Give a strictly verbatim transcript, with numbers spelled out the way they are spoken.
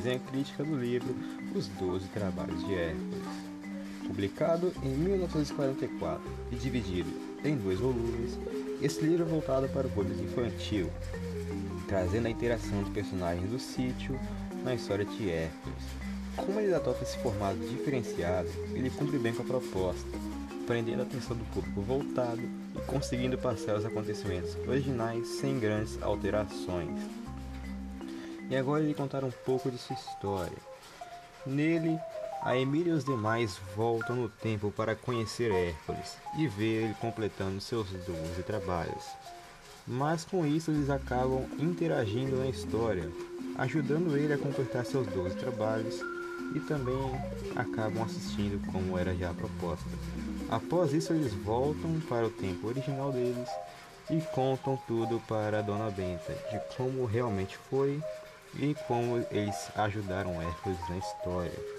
resenha crítica do livro Os Doze Trabalhos de Hércules, publicado em mil novecentos e quarenta e quatro e dividido em dois volumes. Esse livro é voltado para o público infantil, trazendo a interação dos personagens do sítio na história de Hércules. Como ele adota esse formato diferenciado, ele cumpre bem com a proposta, prendendo a atenção do público voltado e conseguindo passar os acontecimentos originais sem grandes alterações. E agora ele contar um pouco de sua história. Nele, a Emília e os demais voltam no tempo para conhecer Hércules e ver ele completando seus doze trabalhos. Mas com isso eles acabam interagindo na história, ajudando ele a completar seus doze trabalhos e também acabam assistindo como era já a proposta. Após isso eles voltam para o tempo original deles e contam tudo para a Dona Benta, de como realmente foi e como eles ajudaram Hércules na história.